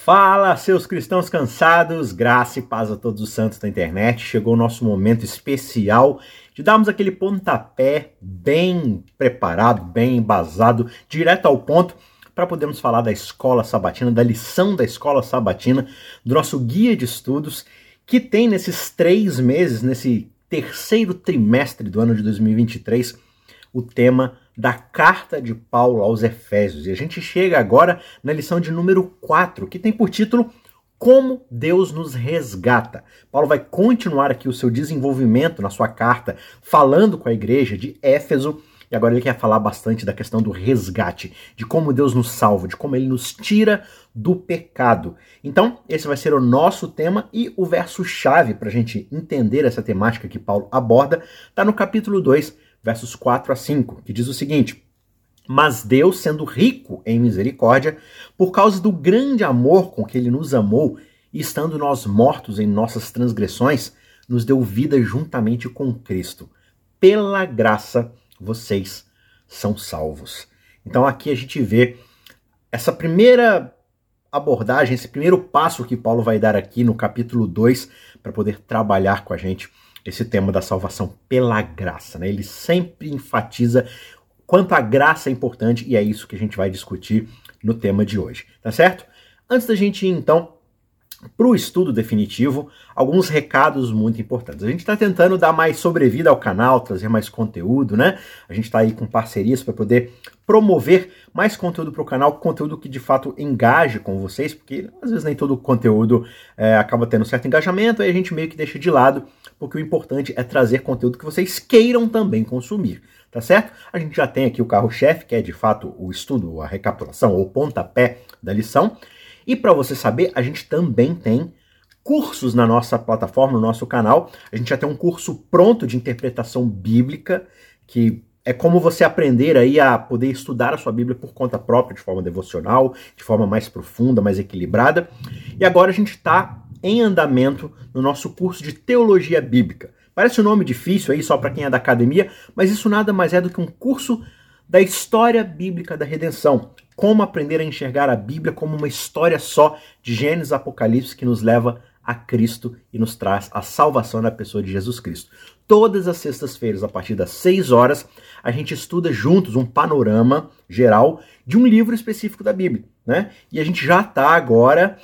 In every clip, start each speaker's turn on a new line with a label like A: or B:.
A: Fala, seus cristãos cansados, graça e paz a todos os santos da internet. Chegou o nosso momento especial de darmos aquele pontapé bem preparado, bem embasado, direto ao ponto, para podermos falar da escola sabatina, da lição da escola sabatina, do nosso guia de estudos, que tem nesses 3 meses, nesse terceiro trimestre do ano de 2023, o tema da carta de Paulo aos Efésios. E a gente chega agora na lição de número 4, que tem por título Como Deus nos resgata. Paulo vai continuar aqui o seu desenvolvimento na sua carta, falando com a igreja de Éfeso, e agora ele quer falar bastante da questão do resgate, de como Deus nos salva, de como ele nos tira do pecado. Então, esse vai ser o nosso tema, e o verso-chave para a gente entender essa temática que Paulo aborda está no capítulo 2, versos 4 a 5, que diz o seguinte: Mas Deus, sendo rico em misericórdia, por causa do grande amor com que ele nos amou, e estando nós mortos em nossas transgressões, nos deu vida juntamente com Cristo. Pela graça, vocês são salvos. Então aqui a gente vê essa primeira abordagem, esse primeiro passo que Paulo vai dar aqui no capítulo 2, para poder trabalhar com a gente esse tema da salvação pela graça, né? Ele sempre enfatiza quanto a graça é importante, e é isso que a gente vai discutir no tema de hoje, tá certo? Antes da gente ir, então, para o estudo definitivo, alguns recados muito importantes. A gente está tentando dar mais sobrevida ao canal, trazer mais conteúdo, né? A gente está aí com parcerias para poder promover mais conteúdo para o canal, conteúdo que de fato engaje com vocês, porque às vezes nem todo conteúdo acaba tendo certo engajamento, aí a gente meio que deixa de lado, porque o importante é trazer conteúdo que vocês queiram também consumir, tá certo? A gente já tem aqui o carro-chefe, que é de fato o estudo, a recapitulação ou pontapé da lição. E para você saber, a gente também tem cursos na nossa plataforma, no nosso canal. A gente já tem um curso pronto de interpretação bíblica, que é como você aprender aí a poder estudar a sua Bíblia por conta própria, de forma devocional, de forma mais profunda, mais equilibrada. E agora a gente está em andamento no nosso curso de teologia bíblica. Parece um nome difícil aí só para quem é da academia, mas isso nada mais é do que um curso da história bíblica da redenção. Como aprender a enxergar a Bíblia como uma história só de Gênesis a Apocalipse que nos leva a Cristo e nos traz a salvação na pessoa de Jesus Cristo. Todas as sextas-feiras, a partir das 6 horas, a gente estuda juntos um panorama geral de um livro específico da Bíblia, né? E a gente já está agora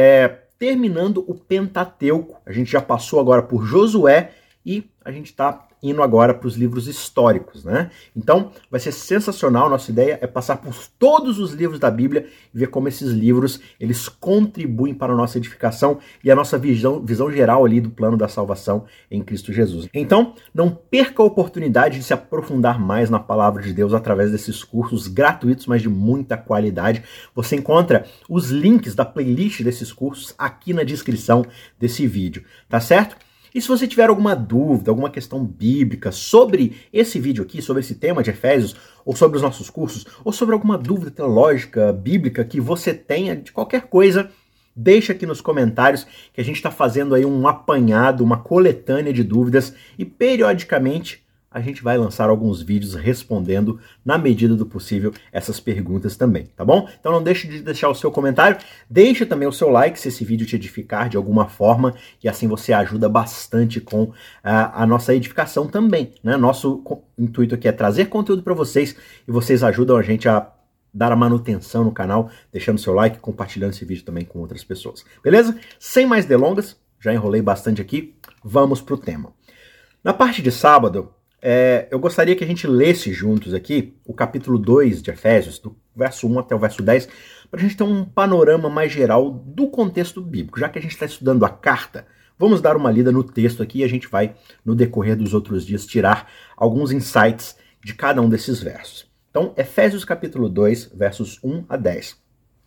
A: terminando o Pentateuco. A gente já passou agora por Josué e a gente está indo agora para os livros históricos, né? Então, vai ser sensacional. Nossa ideia é passar por todos os livros da Bíblia e ver como esses livros, eles contribuem para a nossa edificação e a nossa visão geral ali do plano da salvação em Cristo Jesus. Então, não perca a oportunidade de se aprofundar mais na palavra de Deus através desses cursos gratuitos, mas de muita qualidade. Você encontra os links da playlist desses cursos aqui na descrição desse vídeo, tá certo? E se você tiver alguma dúvida, alguma questão bíblica sobre esse vídeo aqui, sobre esse tema de Efésios, ou sobre os nossos cursos, ou sobre alguma dúvida teológica, bíblica que você tenha de qualquer coisa, deixa aqui nos comentários que a gente está fazendo aí um apanhado, uma coletânea de dúvidas, e periodicamente a gente vai lançar alguns vídeos respondendo, na medida do possível, essas perguntas também, tá bom? Então não deixe de deixar o seu comentário, deixa também o seu like se esse vídeo te edificar de alguma forma, e assim você ajuda bastante com a nossa edificação também, né? Nosso intuito aqui é trazer conteúdo para vocês, e vocês ajudam a gente a dar a manutenção no canal, deixando seu like, compartilhando esse vídeo também com outras pessoas, beleza? Sem mais delongas, já enrolei bastante aqui, vamos pro tema. Na parte de sábado, eu gostaria que a gente lesse juntos aqui o capítulo 2 de Efésios, do verso 1 até o verso 10, para a gente ter um panorama mais geral do contexto bíblico. Já que a gente está estudando a carta, vamos dar uma lida no texto aqui e a gente vai, no decorrer dos outros dias, tirar alguns insights de cada um desses versos. Então, Efésios capítulo 2, versos 1 a 10.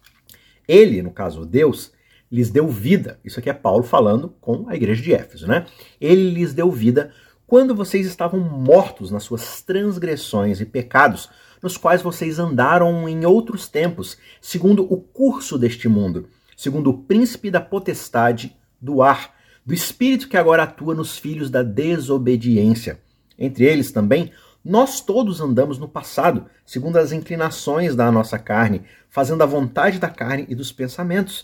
A: Ele, no caso Deus, lhes deu vida. Isso aqui é Paulo falando com a igreja de Éfeso, né? Ele lhes deu vida quando vocês estavam mortos nas suas transgressões e pecados, nos quais vocês andaram em outros tempos, segundo o curso deste mundo, segundo o príncipe da potestade do ar, do espírito que agora atua nos filhos da desobediência. Entre eles também, nós todos andamos no passado, segundo as inclinações da nossa carne, fazendo a vontade da carne e dos pensamentos.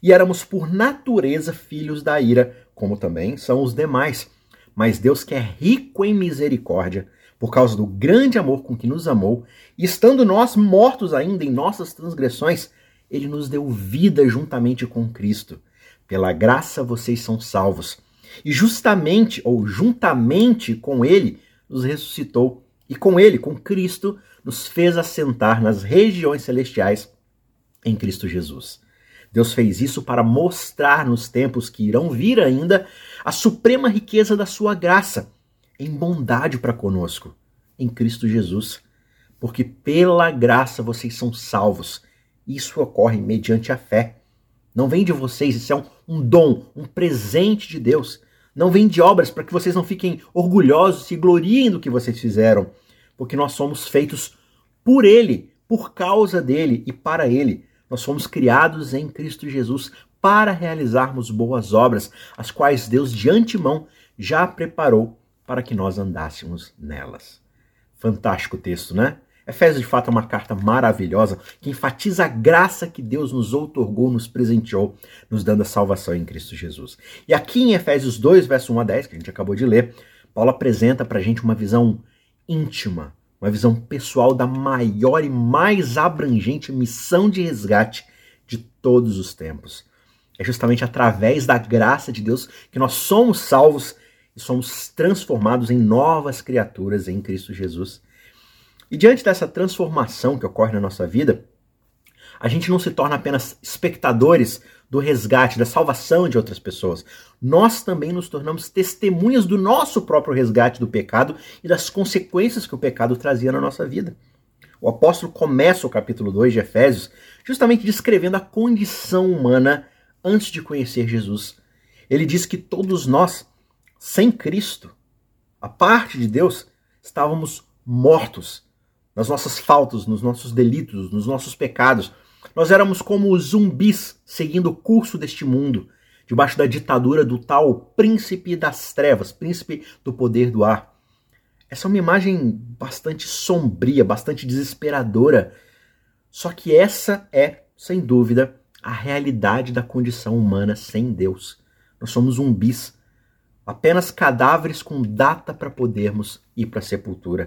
A: e éramos por natureza filhos da ira, como também são os demais. Mas Deus, que é rico em misericórdia, por causa do grande amor com que nos amou, e estando nós mortos ainda em nossas transgressões, ele nos deu vida juntamente com Cristo. Pela graça vocês são salvos. E justamente, ou juntamente com ele, nos ressuscitou. E com ele, com Cristo, nos fez assentar nas regiões celestiais em Cristo Jesus. Deus fez isso para mostrar nos tempos que irão vir ainda a suprema riqueza da sua graça, em bondade para conosco, em Cristo Jesus. Porque pela graça vocês são salvos. Isso ocorre mediante a fé. Não vem de vocês, isso é um dom, um presente de Deus. Não vem de obras para que vocês não fiquem orgulhosos, se gloriem do que vocês fizeram. Porque nós somos feitos por Ele, por causa dele e para Ele. Nós fomos criados em Cristo Jesus para realizarmos boas obras, as quais Deus de antemão já preparou para que nós andássemos nelas. Fantástico texto, né? Efésios, de fato, é uma carta maravilhosa que enfatiza a graça que Deus nos outorgou, nos presenteou, nos dando a salvação em Cristo Jesus. E aqui em Efésios 2, verso 1 a 10, que a gente acabou de ler, Paulo apresenta para a gente uma visão íntima, uma visão pessoal da maior e mais abrangente missão de resgate de todos os tempos. É justamente através da graça de Deus que nós somos salvos e somos transformados em novas criaturas em Cristo Jesus. E diante dessa transformação que ocorre na nossa vida, a gente não se torna apenas espectadores do resgate, da salvação de outras pessoas. Nós também nos tornamos testemunhas do nosso próprio resgate do pecado e das consequências que o pecado trazia na nossa vida. O apóstolo começa o capítulo 2 de Efésios justamente descrevendo a condição humana antes de conhecer Jesus. Ele diz que todos nós, sem Cristo, a parte de Deus, estávamos mortos nas nossas faltas, nos nossos delitos, nos nossos pecados. Nós éramos como zumbis seguindo o curso deste mundo, debaixo da ditadura do tal príncipe das trevas, príncipe do poder do ar. Essa é uma imagem bastante sombria, bastante desesperadora. Só que essa é, sem dúvida, a realidade da condição humana sem Deus. Nós somos zumbis, apenas cadáveres com data para podermos ir para a sepultura.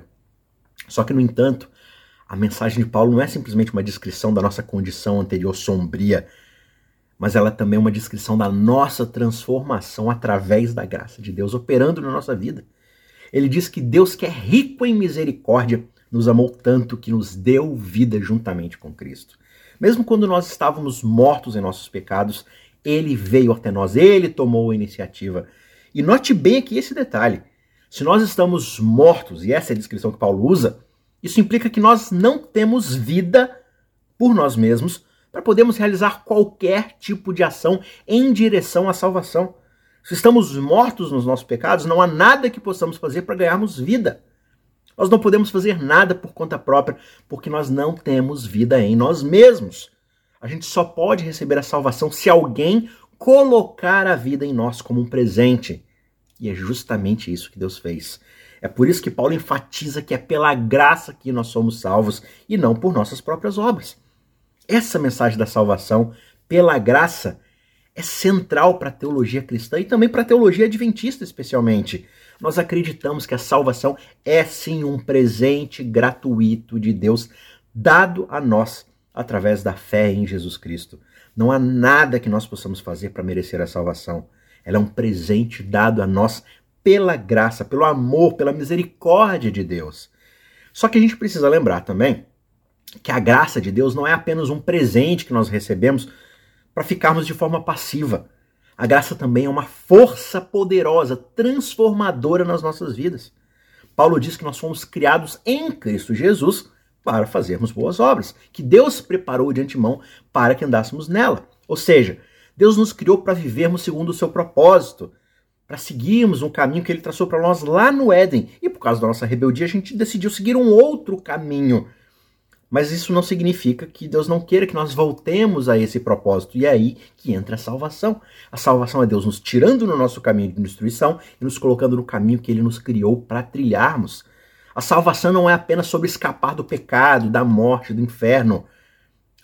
A: Só que, no entanto, a mensagem de Paulo não é simplesmente uma descrição da nossa condição anterior sombria, mas ela é também uma descrição da nossa transformação através da graça de Deus operando na nossa vida. Ele diz que Deus, que é rico em misericórdia, nos amou tanto que nos deu vida juntamente com Cristo. Mesmo quando nós estávamos mortos em nossos pecados, ele veio até nós, ele tomou a iniciativa. E note bem aqui esse detalhe. Se nós estamos mortos, e essa é a descrição que Paulo usa, isso implica que nós não temos vida por nós mesmos para podermos realizar qualquer tipo de ação em direção à salvação. Se estamos mortos nos nossos pecados, não há nada que possamos fazer para ganharmos vida. Nós não podemos fazer nada por conta própria, porque nós não temos vida em nós mesmos. A gente só pode receber a salvação se alguém colocar a vida em nós como um presente. E é justamente isso que Deus fez. É por isso que Paulo enfatiza que é pela graça que nós somos salvos e não por nossas próprias obras. Essa mensagem da salvação pela graça é central para a teologia cristã e também para a teologia adventista, especialmente. Nós acreditamos que a salvação é sim um presente gratuito de Deus dado a nós através da fé em Jesus Cristo. Não há nada que nós possamos fazer para merecer a salvação. Ela é um presente dado a nós pela graça, pelo amor, pela misericórdia de Deus. Só que a gente precisa lembrar também que a graça de Deus não é apenas um presente que nós recebemos para ficarmos de forma passiva. A graça também é uma força poderosa, transformadora nas nossas vidas. Paulo diz que nós fomos criados em Cristo Jesus para fazermos boas obras, que Deus preparou de antemão para que andássemos nela. Ou seja, Deus nos criou para vivermos segundo o seu propósito, para seguirmos um caminho que ele traçou para nós lá no Éden. E por causa da nossa rebeldia, a gente decidiu seguir um outro caminho. Mas isso não significa que Deus não queira que nós voltemos a esse propósito. E é aí que entra a salvação. A salvação é Deus nos tirando do nosso caminho de destruição e nos colocando no caminho que ele nos criou para trilharmos. A salvação não é apenas sobre escapar do pecado, da morte, do inferno.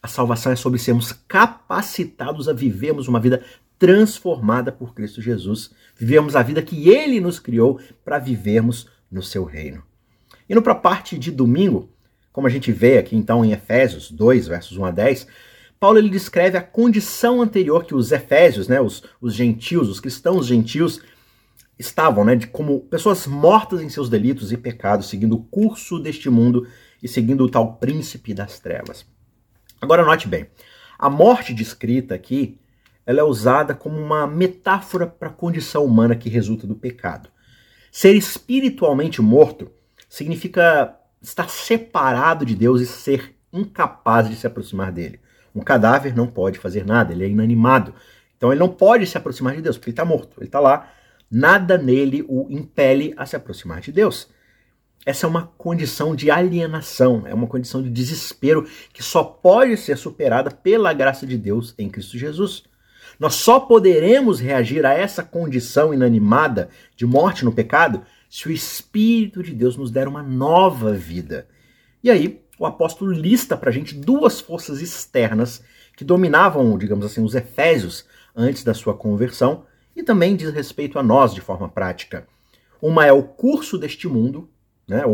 A: A salvação é sobre sermos capacitados a vivermos uma vida transformada por Cristo Jesus. Vivemos a vida que Ele nos criou para vivermos no seu reino. Indo para a parte de domingo, como a gente vê aqui então em Efésios 2, versos 1 a 10, Paulo ele descreve a condição anterior que os efésios, né, os gentios, os cristãos gentios, estavam, né, como pessoas mortas em seus delitos e pecados, seguindo o curso deste mundo e seguindo o tal príncipe das trevas. Agora note bem, a morte descrita aqui, ela é usada como uma metáfora para a condição humana que resulta do pecado. Ser espiritualmente morto significa estar separado de Deus e ser incapaz de se aproximar dele. Um cadáver não pode fazer nada, ele é inanimado. Então ele não pode se aproximar de Deus, porque ele está morto, ele está lá. Nada nele o impele a se aproximar de Deus. Essa é uma condição de alienação, é uma condição de desespero que só pode ser superada pela graça de Deus em Cristo Jesus. Nós só poderemos reagir a essa condição inanimada de morte no pecado se o Espírito de Deus nos der uma nova vida. E aí, o apóstolo lista para a gente duas forças externas que dominavam, digamos assim, os efésios antes da sua conversão e também diz respeito a nós de forma prática. Uma é o curso deste mundo, né,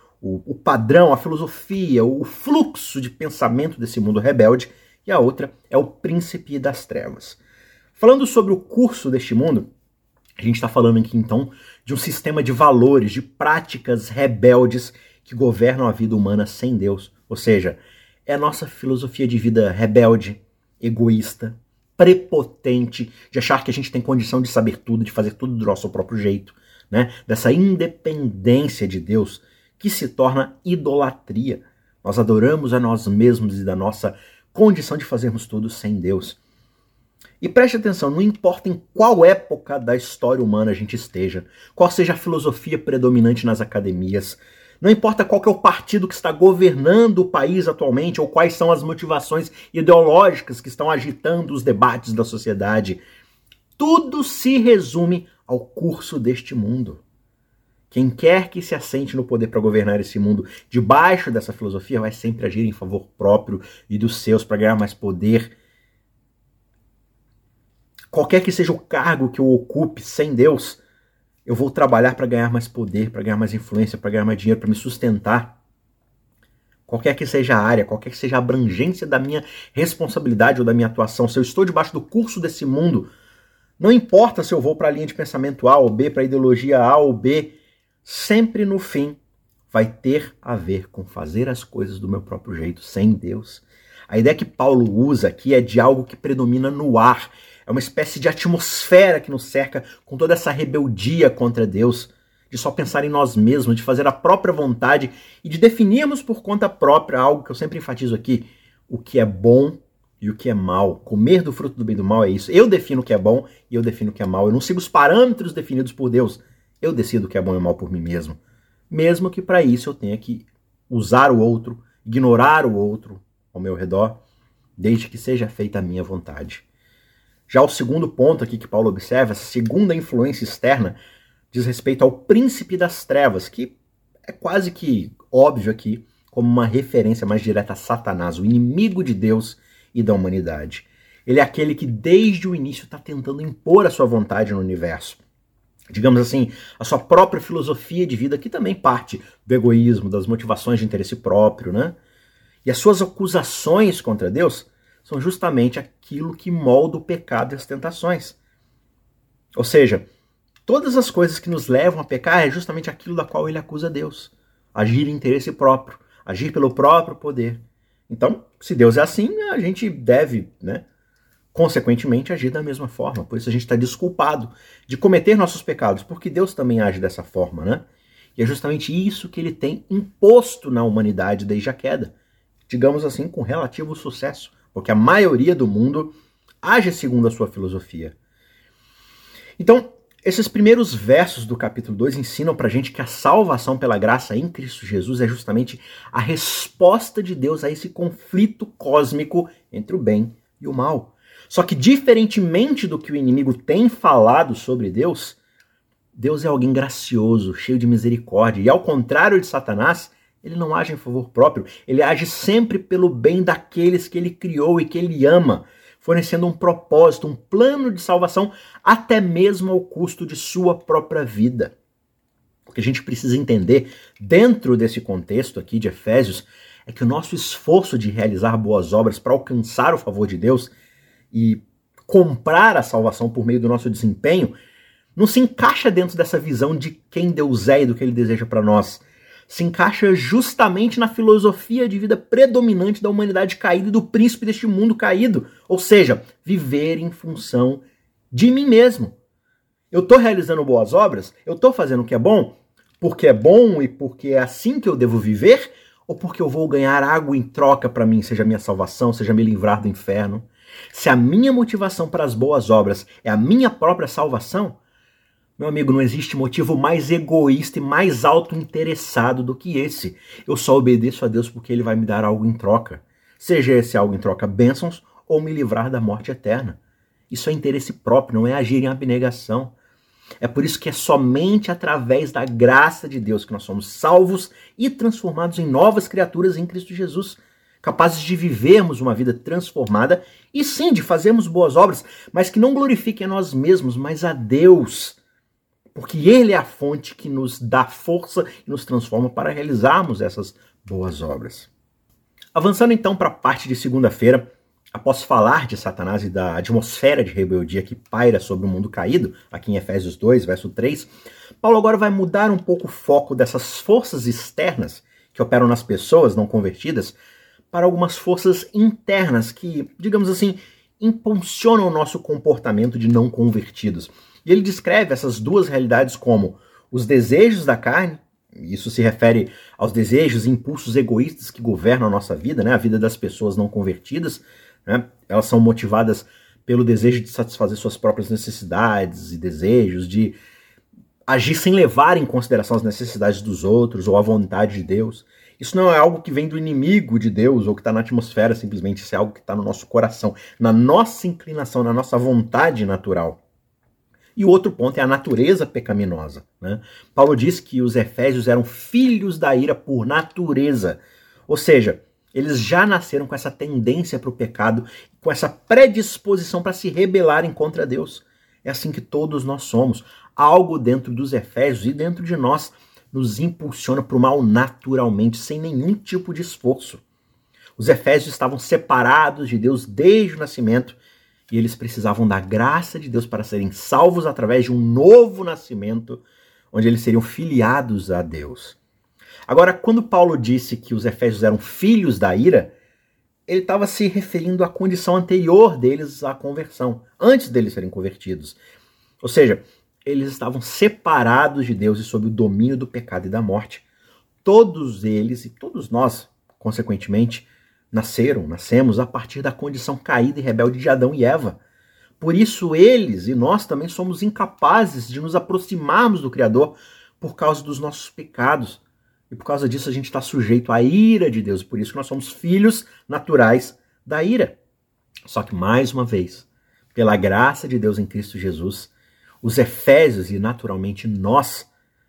A: o padrão, a filosofia, o fluxo de pensamento desse mundo rebelde, e a outra é o príncipe das trevas. Falando sobre o curso deste mundo, a gente está falando aqui então de um sistema de valores, de práticas rebeldes que governam a vida humana sem Deus. Ou seja, é a nossa filosofia de vida rebelde, egoísta, prepotente, de achar que a gente tem condição de saber tudo, de fazer tudo do nosso próprio jeito, né? Dessa independência de Deus que se torna idolatria. Nós adoramos a nós mesmos e da nossa condição de fazermos tudo sem Deus. E preste atenção, não importa em qual época da história humana a gente esteja, qual seja a filosofia predominante nas academias, não importa qual que é o partido que está governando o país atualmente ou quais são as motivações ideológicas que estão agitando os debates da sociedade, tudo se resume ao curso deste mundo. Quem quer que se assente no poder para governar esse mundo debaixo dessa filosofia vai sempre agir em favor próprio e dos seus para ganhar mais poder. Qualquer que seja o cargo que eu ocupe sem Deus, eu vou trabalhar para ganhar mais poder, para ganhar mais influência, para ganhar mais dinheiro, para me sustentar. Qualquer que seja a área, qualquer que seja a abrangência da minha responsabilidade ou da minha atuação, se eu estou debaixo do curso desse mundo, não importa se eu vou para a linha de pensamento A ou B, para a ideologia A ou B, sempre no fim vai ter a ver com fazer as coisas do meu próprio jeito, sem Deus. A ideia que Paulo usa aqui é de algo que predomina no ar. É uma espécie de atmosfera que nos cerca com toda essa rebeldia contra Deus, de só pensar em nós mesmos, de fazer a própria vontade e de definirmos por conta própria algo que eu sempre enfatizo aqui, o que é bom e o que é mal. Comer do fruto do bem e do mal é isso. Eu defino o que é bom e eu defino o que é mal. Eu não sigo os parâmetros definidos por Deus. Eu decido o que é bom e mal por mim mesmo. Mesmo que para isso eu tenha que usar o outro, ignorar o outro ao meu redor, desde que seja feita a minha vontade. Já o segundo ponto aqui que Paulo observa, essa segunda influência externa, diz respeito ao príncipe das trevas, que é quase que óbvio aqui como uma referência mais direta a Satanás, o inimigo de Deus e da humanidade. Ele é aquele que desde o início está tentando impor a sua vontade no universo. Digamos assim, a sua própria filosofia de vida, que também parte do egoísmo, das motivações de interesse próprio, né? E as suas acusações contra Deus são justamente aquilo que molda o pecado e as tentações. Ou seja, todas as coisas que nos levam a pecar é justamente aquilo da qual ele acusa Deus. Agir em interesse próprio, agir pelo próprio poder. Então, se Deus é assim, a gente deve, né, consequentemente, agir da mesma forma. Por isso a gente está desculpado de cometer nossos pecados, porque Deus também age dessa forma, né? E é justamente isso que ele tem imposto na humanidade desde a queda. Digamos assim, com relativo sucesso, porque a maioria do mundo age segundo a sua filosofia. Então, esses primeiros versos do capítulo 2 ensinam pra gente que a salvação pela graça em Cristo Jesus é justamente a resposta de Deus a esse conflito cósmico entre o bem e o mal. Só que, diferentemente do que o inimigo tem falado sobre Deus, Deus é alguém gracioso, cheio de misericórdia, e ao contrário de Satanás, Ele não age em favor próprio, ele age sempre pelo bem daqueles que ele criou e que ele ama, fornecendo um propósito, um plano de salvação, até mesmo ao custo de sua própria vida. O que a gente precisa entender dentro desse contexto aqui de Efésios é que o nosso esforço de realizar boas obras para alcançar o favor de Deus e comprar a salvação por meio do nosso desempenho não se encaixa dentro dessa visão de quem Deus é e do que ele deseja para nós. Se encaixa justamente na filosofia de vida predominante da humanidade caída e do príncipe deste mundo caído. Ou seja, viver em função de mim mesmo. Eu estou realizando boas obras? Eu estou fazendo o que é bom? Porque é bom e porque é assim que eu devo viver? Ou porque eu vou ganhar algo em troca para mim, seja a minha salvação, seja me livrar do inferno? Se a minha motivação para as boas obras é a minha própria salvação, meu amigo, não existe motivo mais egoísta e mais autointeressado do que esse. Eu só obedeço a Deus porque Ele vai me dar algo em troca. Seja esse algo em troca bênçãos ou me livrar da morte eterna. Isso é interesse próprio, não é agir em abnegação. É por isso que é somente através da graça de Deus que nós somos salvos e transformados em novas criaturas em Cristo Jesus, capazes de vivermos uma vida transformada e sim, de fazermos boas obras, mas que não glorifiquem a nós mesmos, mas a Deus. Porque Ele é a fonte que nos dá força e nos transforma para realizarmos essas boas obras. Avançando então para a parte de segunda-feira, após falar de Satanás e da atmosfera de rebeldia que paira sobre o mundo caído, aqui em Efésios 2, verso 3, Paulo agora vai mudar um pouco o foco dessas forças externas que operam nas pessoas não convertidas para algumas forças internas que, digamos assim, impulsionam o nosso comportamento de não convertidos. E ele descreve essas duas realidades como os desejos da carne, isso se refere aos desejos e impulsos egoístas que governam a nossa vida, né? A vida das pessoas não convertidas, né? Elas são motivadas pelo desejo de satisfazer suas próprias necessidades e desejos, de agir sem levar em consideração as necessidades dos outros ou a vontade de Deus. Isso não é algo que vem do inimigo de Deus ou que está na atmosfera simplesmente, isso é algo que está no nosso coração, na nossa inclinação, na nossa vontade natural. E o outro ponto é a natureza pecaminosa, né? Paulo diz que os efésios eram filhos da ira por natureza, ou seja, eles já nasceram com essa tendência para o pecado, com essa predisposição para se rebelarem contra Deus. É assim que todos nós somos. Algo dentro dos efésios e dentro de nós nos impulsiona para o mal naturalmente, sem nenhum tipo de esforço. Os efésios estavam separados de Deus desde o nascimento e eles precisavam da graça de Deus para serem salvos através de um novo nascimento, onde eles seriam filiados a Deus. Agora, quando Paulo disse que os efésios eram filhos da ira, ele estava se referindo à condição anterior deles à conversão, antes deles serem convertidos. Ou seja, eles estavam separados de Deus e sob o domínio do pecado e da morte. Todos eles e todos nós, consequentemente, nascemos a partir da condição caída e rebelde de Adão e Eva. Por isso eles e nós também somos incapazes de nos aproximarmos do Criador por causa dos nossos pecados. E por causa disso a gente está sujeito à ira de Deus. Por isso que nós somos filhos naturais da ira. Só que mais uma vez, pela graça de Deus em Cristo Jesus, os efésios e naturalmente nós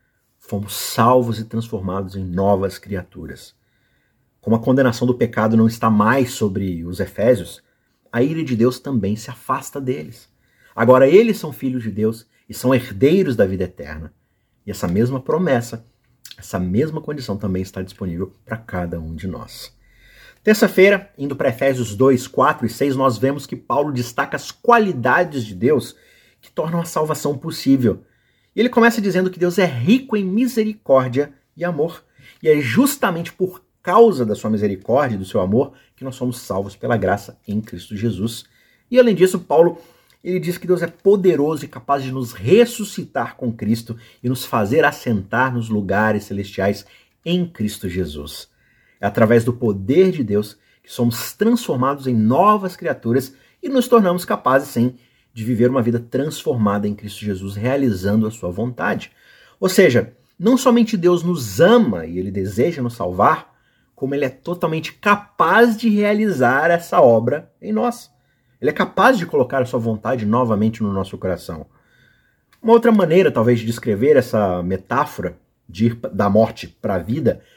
A: fomos salvos e transformados em novas criaturas. Como a condenação do pecado não está mais sobre os efésios, a ira de Deus também se afasta deles. Agora eles são filhos de Deus e são herdeiros da vida eterna. E essa mesma promessa, essa mesma condição também está disponível para cada um de nós. Terça-feira, indo para Efésios 2, 4 e 6, nós vemos que Paulo destaca as qualidades de Deus que tornam a salvação possível. E ele começa dizendo que Deus é rico em misericórdia e amor. E é justamente por causa da sua misericórdia e do seu amor que nós somos salvos pela graça em Cristo Jesus. E além disso, Paulo ele diz que Deus é poderoso e capaz de nos ressuscitar com Cristo e nos fazer assentar nos lugares celestiais em Cristo Jesus. É através do poder de Deus que somos transformados em novas criaturas e nos tornamos capazes, sim, de viver uma vida transformada em Cristo Jesus, realizando a sua vontade. Ou seja, não somente Deus nos ama e Ele deseja nos salvar, como Ele é totalmente capaz de realizar essa obra em nós. Ele é capaz de colocar a sua vontade novamente no nosso coração. Uma outra maneira, talvez, de descrever essa metáfora de ir da morte para a vida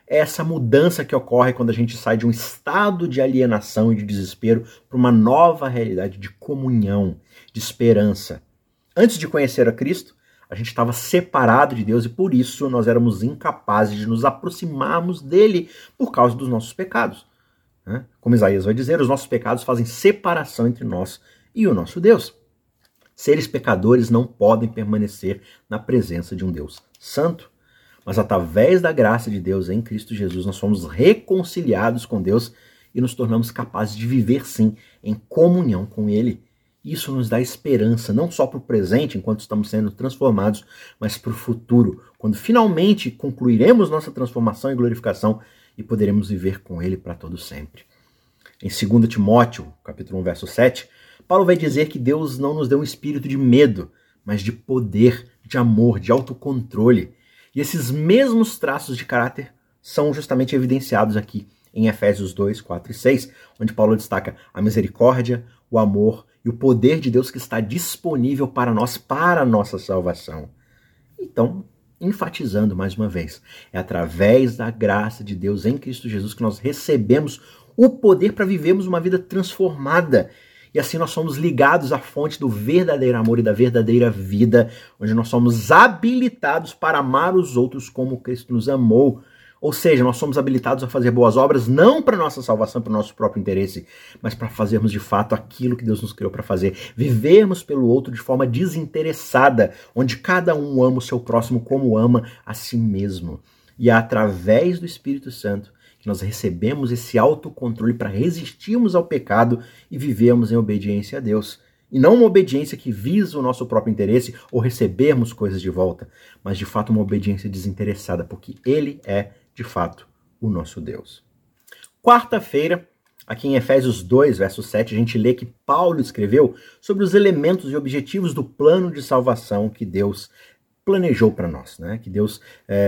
A: é essa mudança que ocorre quando a gente sai de um estado de alienação e de desespero para uma nova realidade de comunhão, de esperança. Antes de conhecer a Cristo, a gente estava separado de Deus e por isso nós éramos incapazes de nos aproximarmos dele por causa dos nossos pecados. Como Isaías vai dizer, os nossos pecados fazem separação entre nós e o nosso Deus. Seres pecadores não podem permanecer na presença de um Deus santo. Mas através da graça de Deus em Cristo Jesus, nós fomos reconciliados com Deus e nos tornamos capazes de viver, sim, em comunhão com Ele. Isso nos dá esperança, não só para o presente, enquanto estamos sendo transformados, mas para o futuro, quando finalmente concluiremos nossa transformação e glorificação e poderemos viver com Ele para todo sempre. Em 2 Timóteo, capítulo 1, verso 7, Paulo vai dizer que Deus não nos deu um espírito de medo, mas de poder, de amor, de autocontrole. E esses mesmos traços de caráter são justamente evidenciados aqui em Efésios 2, 4 e 6, onde Paulo destaca a misericórdia, o amor e o poder de Deus que está disponível para nós, para a nossa salvação. Então, enfatizando mais uma vez, é através da graça de Deus em Cristo Jesus que nós recebemos o poder para vivermos uma vida transformada. E assim nós somos ligados à fonte do verdadeiro amor e da verdadeira vida, onde nós somos habilitados para amar os outros como Cristo nos amou. Ou seja, nós somos habilitados a fazer boas obras, não para nossa salvação, para o nosso próprio interesse, mas para fazermos de fato aquilo que Deus nos criou para fazer. Vivermos pelo outro de forma desinteressada, onde cada um ama o seu próximo como ama a si mesmo. E é através do Espírito Santo que nós recebemos esse autocontrole para resistirmos ao pecado e vivermos em obediência a Deus. E não uma obediência que visa o nosso próprio interesse ou recebermos coisas de volta, mas de fato uma obediência desinteressada, porque Ele é, de fato, o nosso Deus. Quarta-feira, aqui em Efésios 2, verso 7, a gente lê que Paulo escreveu sobre os elementos e objetivos do plano de salvação que Deus planejou para nós, né? Que Deus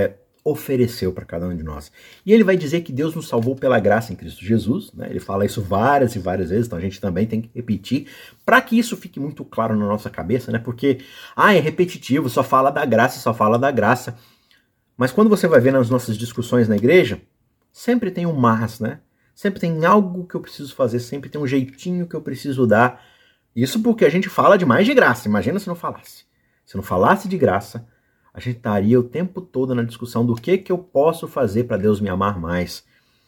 A: ofereceu para cada um de nós. E ele vai dizer que Deus nos salvou pela graça em Cristo Jesus, né? Ele fala isso várias e várias vezes, então a gente também tem que repetir para que isso fique muito claro na nossa cabeça, né? Porque, é repetitivo, só fala da graça, só fala da graça. Mas quando você vai ver nas nossas discussões na igreja, sempre tem um mas, né? Sempre tem algo que eu preciso fazer, sempre tem um jeitinho que eu preciso dar. Isso porque a gente fala demais de graça, imagina se não falasse. Se não falasse de graça, a gente estaria o tempo todo na discussão do que eu posso fazer para Deus me amar mais.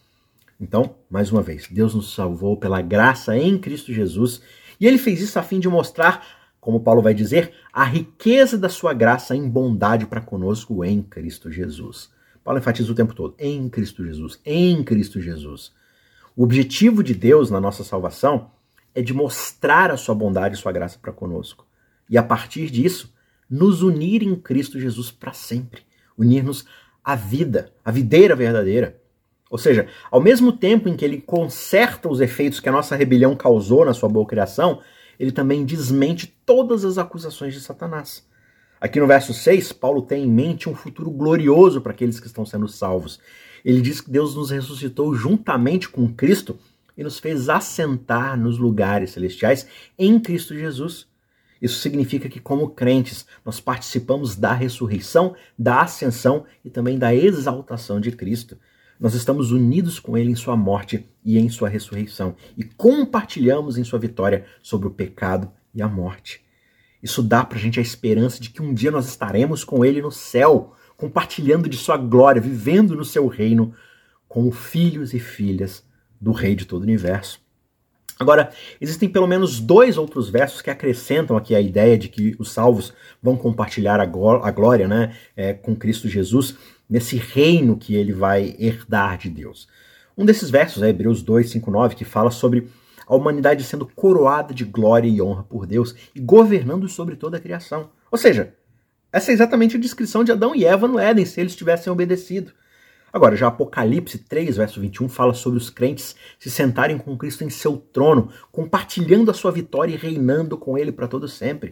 A: Então, mais uma vez, Deus nos salvou pela graça em Cristo Jesus, e Ele fez isso a fim de mostrar, como Paulo vai dizer, a riqueza da sua graça em bondade para conosco em Cristo Jesus. Paulo enfatiza o tempo todo, em Cristo Jesus, em Cristo Jesus. O objetivo de Deus na nossa salvação é de mostrar a sua bondade e sua graça para conosco. E a partir disso, nos unir em Cristo Jesus para sempre. Unir-nos à vida, à videira verdadeira. Ou seja, ao mesmo tempo em que ele conserta os efeitos que a nossa rebelião causou na sua boa criação, ele também desmente todas as acusações de Satanás. Aqui no verso 6, Paulo tem em mente um futuro glorioso para aqueles que estão sendo salvos. Ele diz que Deus nos ressuscitou juntamente com Cristo e nos fez assentar nos lugares celestiais em Cristo Jesus. Isso significa que, como crentes, nós participamos da ressurreição, da ascensão e também da exaltação de Cristo. Nós estamos unidos com Ele em sua morte e em sua ressurreição e compartilhamos em sua vitória sobre o pecado e a morte. Isso dá para a gente a esperança de que um dia nós estaremos com Ele no céu, compartilhando de sua glória, vivendo no seu reino como filhos e filhas do Rei de todo o universo. Agora, existem pelo menos 2 outros versos que acrescentam aqui a ideia de que os salvos vão compartilhar a glória, né, com Cristo Jesus, nesse reino que ele vai herdar de Deus. Um desses versos é Hebreus 2, 5, 9, que fala sobre a humanidade sendo coroada de glória e honra por Deus e governando sobre toda a criação. Ou seja, essa é exatamente a descrição de Adão e Eva no Éden, se eles tivessem obedecido. Agora, já Apocalipse 3, verso 21, fala sobre os crentes se sentarem com Cristo em seu trono, compartilhando a sua vitória e reinando com Ele para todo sempre.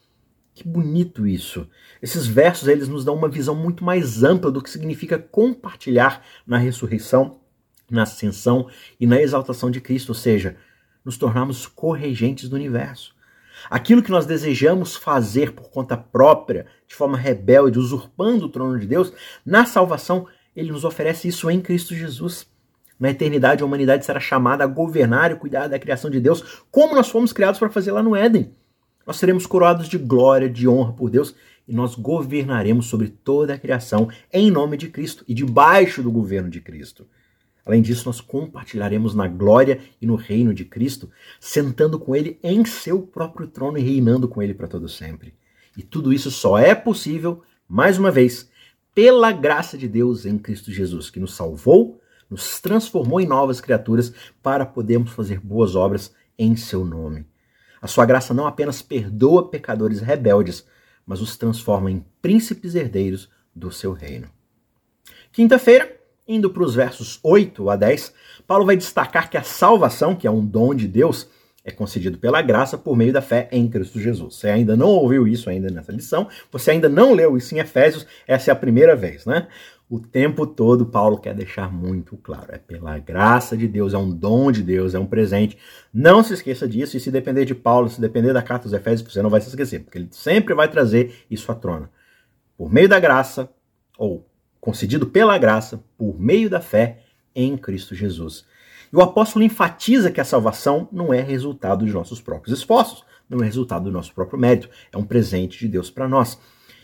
A: Que bonito isso! Esses versos eles nos dão uma visão muito mais ampla do que significa compartilhar na ressurreição, na ascensão e na exaltação de Cristo, ou seja, nos tornarmos corregentes do universo. Aquilo que nós desejamos fazer por conta própria, de forma rebelde, usurpando o trono de Deus, na salvação, Ele nos oferece isso em Cristo Jesus. Na eternidade, a humanidade será chamada a governar e cuidar da criação de Deus, como nós fomos criados para fazer lá no Éden. Nós seremos coroados de glória, de honra por Deus, e nós governaremos sobre toda a criação em nome de Cristo e debaixo do governo de Cristo. Além disso, nós compartilharemos na glória e no reino de Cristo, sentando com Ele em seu próprio trono e reinando com Ele para todo sempre. E tudo isso só é possível, mais uma vez, pela graça de Deus em Cristo Jesus, que nos salvou, nos transformou em novas criaturas para podermos fazer boas obras em seu nome. A sua graça não apenas perdoa pecadores rebeldes, mas os transforma em príncipes herdeiros do seu reino. Quinta-feira, indo para os versos 8 a 10, Paulo vai destacar que a salvação, que é um dom de Deus, é concedido pela graça por meio da fé em Cristo Jesus. Você ainda não ouviu isso ainda nessa lição, você ainda não leu isso em Efésios, essa é a primeira vez, né? O tempo todo Paulo quer deixar muito claro, é pela graça de Deus, é um dom de Deus, é um presente. Não se esqueça disso, e se depender de Paulo, se depender da carta dos Efésios, você não vai se esquecer, porque ele sempre vai trazer isso à tona. Por meio da graça, ou concedido pela graça, por meio da fé em Cristo Jesus. E o apóstolo enfatiza que a salvação não é resultado de nossos próprios esforços, não é resultado do nosso próprio mérito, é um presente de Deus para nós.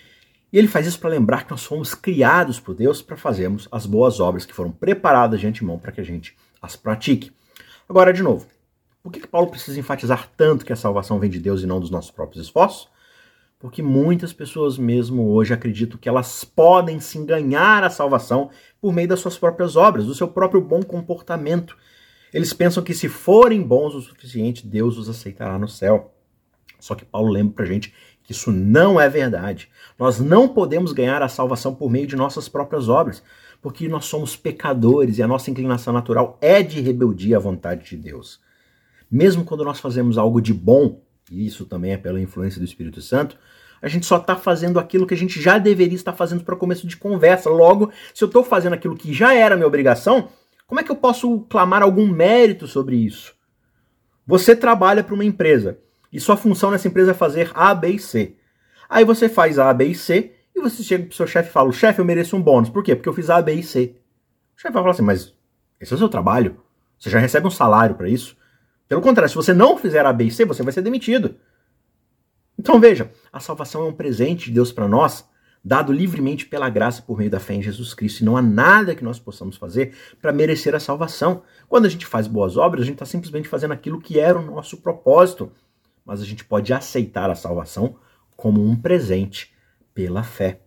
A: E ele faz isso para lembrar que nós fomos criados por Deus para fazermos as boas obras que foram preparadas de antemão para que a gente as pratique. Agora, de novo, por que Paulo precisa enfatizar tanto que a salvação vem de Deus e não dos nossos próprios esforços? Porque muitas pessoas mesmo hoje acreditam que elas podem sim ganhar a salvação por meio das suas próprias obras, do seu próprio bom comportamento. Eles pensam que se forem bons o suficiente, Deus os aceitará no céu. Só que Paulo lembra pra gente que isso não é verdade. Nós não podemos ganhar a salvação por meio de nossas próprias obras, porque nós somos pecadores e a nossa inclinação natural é de rebeldia à vontade de Deus. Mesmo quando nós fazemos algo de bom, e isso também é pela influência do Espírito Santo, a gente só está fazendo aquilo que a gente já deveria estar fazendo para começo de conversa. Logo, se eu estou fazendo aquilo que já era minha obrigação, como é que eu posso clamar algum mérito sobre isso? Você trabalha para uma empresa e sua função nessa empresa é fazer A, B e C. Aí você faz A, B e C e você chega para o seu chefe e fala: chefe, eu mereço um bônus. Por quê? Porque eu fiz A, B e C. O chefe vai falar assim: mas esse é o seu trabalho? Você já recebe um salário para isso? Pelo contrário, se você não fizer A, B e C, você vai ser demitido. Então veja, a salvação é um presente de Deus para nós, dado livremente pela graça por meio da fé em Jesus Cristo. E não há nada que nós possamos fazer para merecer a salvação. Quando a gente faz boas obras, a gente está simplesmente fazendo aquilo que era o nosso propósito. Mas a gente pode aceitar a salvação como um presente pela fé.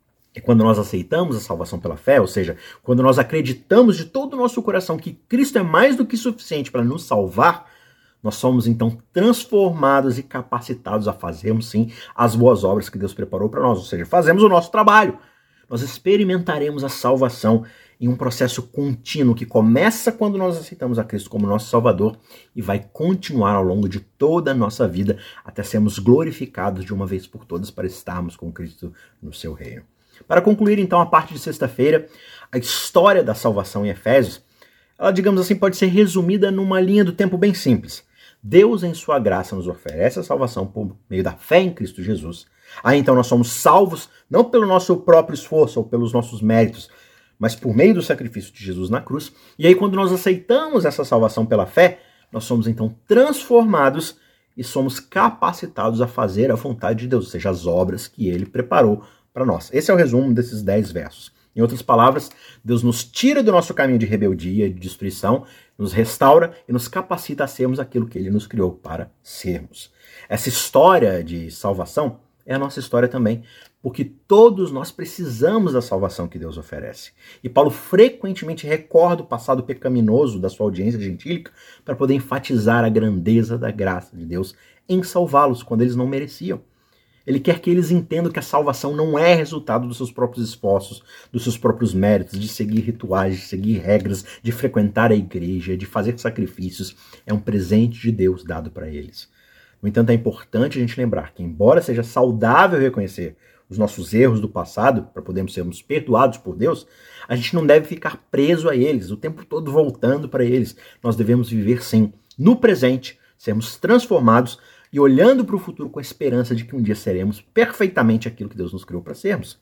A: E quando nós aceitamos a salvação pela fé, ou seja, quando nós acreditamos de todo o nosso coração que Cristo é mais do que suficiente para nos salvar, nós somos então transformados e capacitados a fazermos sim as boas obras que Deus preparou para nós, ou seja, fazemos o nosso trabalho. Nós experimentaremos a salvação em um processo contínuo que começa quando nós aceitamos a Cristo como nosso Salvador e vai continuar ao longo de toda a nossa vida até sermos glorificados de uma vez por todas para estarmos com Cristo no seu reino. Para concluir então a parte de sexta-feira, a história da salvação em Efésios, ela, digamos assim, pode ser resumida numa linha do tempo bem simples. Deus, em sua graça, nos oferece a salvação por meio da fé em Cristo Jesus. Aí então nós somos salvos não pelo nosso próprio esforço ou pelos nossos méritos, mas por meio do sacrifício de Jesus na cruz. E aí quando nós aceitamos essa salvação pela fé, nós somos então transformados e somos capacitados a fazer a vontade de Deus, ou seja, as obras que Ele preparou para nós. Esse é o resumo desses 10 versos. Em outras palavras, Deus nos tira do nosso caminho de rebeldia e de destruição, nos restaura e nos capacita a sermos aquilo que Ele nos criou para sermos. Essa história de salvação é a nossa história também, porque todos nós precisamos da salvação que Deus oferece. E Paulo frequentemente recorda o passado pecaminoso da sua audiência gentílica para poder enfatizar a grandeza da graça de Deus em salvá-los quando eles não mereciam. Ele quer que eles entendam que a salvação não é resultado dos seus próprios esforços, dos seus próprios méritos, de seguir rituais, de seguir regras, de frequentar a igreja, de fazer sacrifícios. É um presente de Deus dado para eles. No entanto, é importante a gente lembrar que, embora seja saudável reconhecer os nossos erros do passado, para podermos sermos perdoados por Deus, a gente não deve ficar preso a eles, o tempo todo voltando para eles. Nós devemos viver, sim, no presente, sermos transformados e olhando para o futuro com a esperança de que um dia seremos perfeitamente aquilo que Deus nos criou para sermos.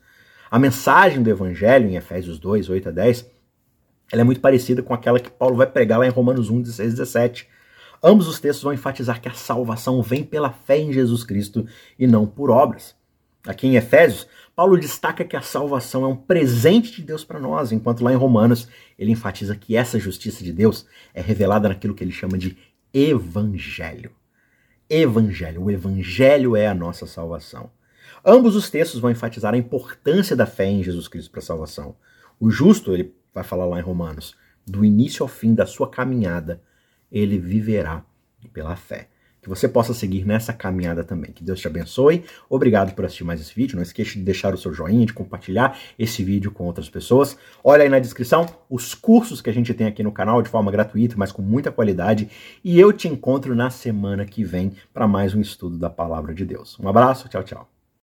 A: A mensagem do Evangelho, em Efésios 2, 8 a 10, ela é muito parecida com aquela que Paulo vai pregar lá em Romanos 1, 16 e 17. Ambos os textos vão enfatizar que a salvação vem pela fé em Jesus Cristo e não por obras. Aqui em Efésios, Paulo destaca que a salvação é um presente de Deus para nós, enquanto lá em Romanos ele enfatiza que essa justiça de Deus é revelada naquilo que ele chama de Evangelho. Evangelho, o Evangelho é a nossa salvação. Ambos os textos vão enfatizar a importância da fé em Jesus Cristo para a salvação. O justo, ele vai falar lá em Romanos, do início ao fim da sua caminhada, ele viverá pela fé. Que você possa seguir nessa caminhada também. Que Deus te abençoe. Obrigado por assistir mais esse vídeo. Não esqueça de deixar o seu joinha, de compartilhar esse vídeo com outras pessoas. Olha aí na descrição os cursos que a gente tem aqui no canal de forma gratuita, mas com muita qualidade. E eu te encontro na semana que vem para mais um estudo da Palavra de Deus. Um abraço, tchau, tchau.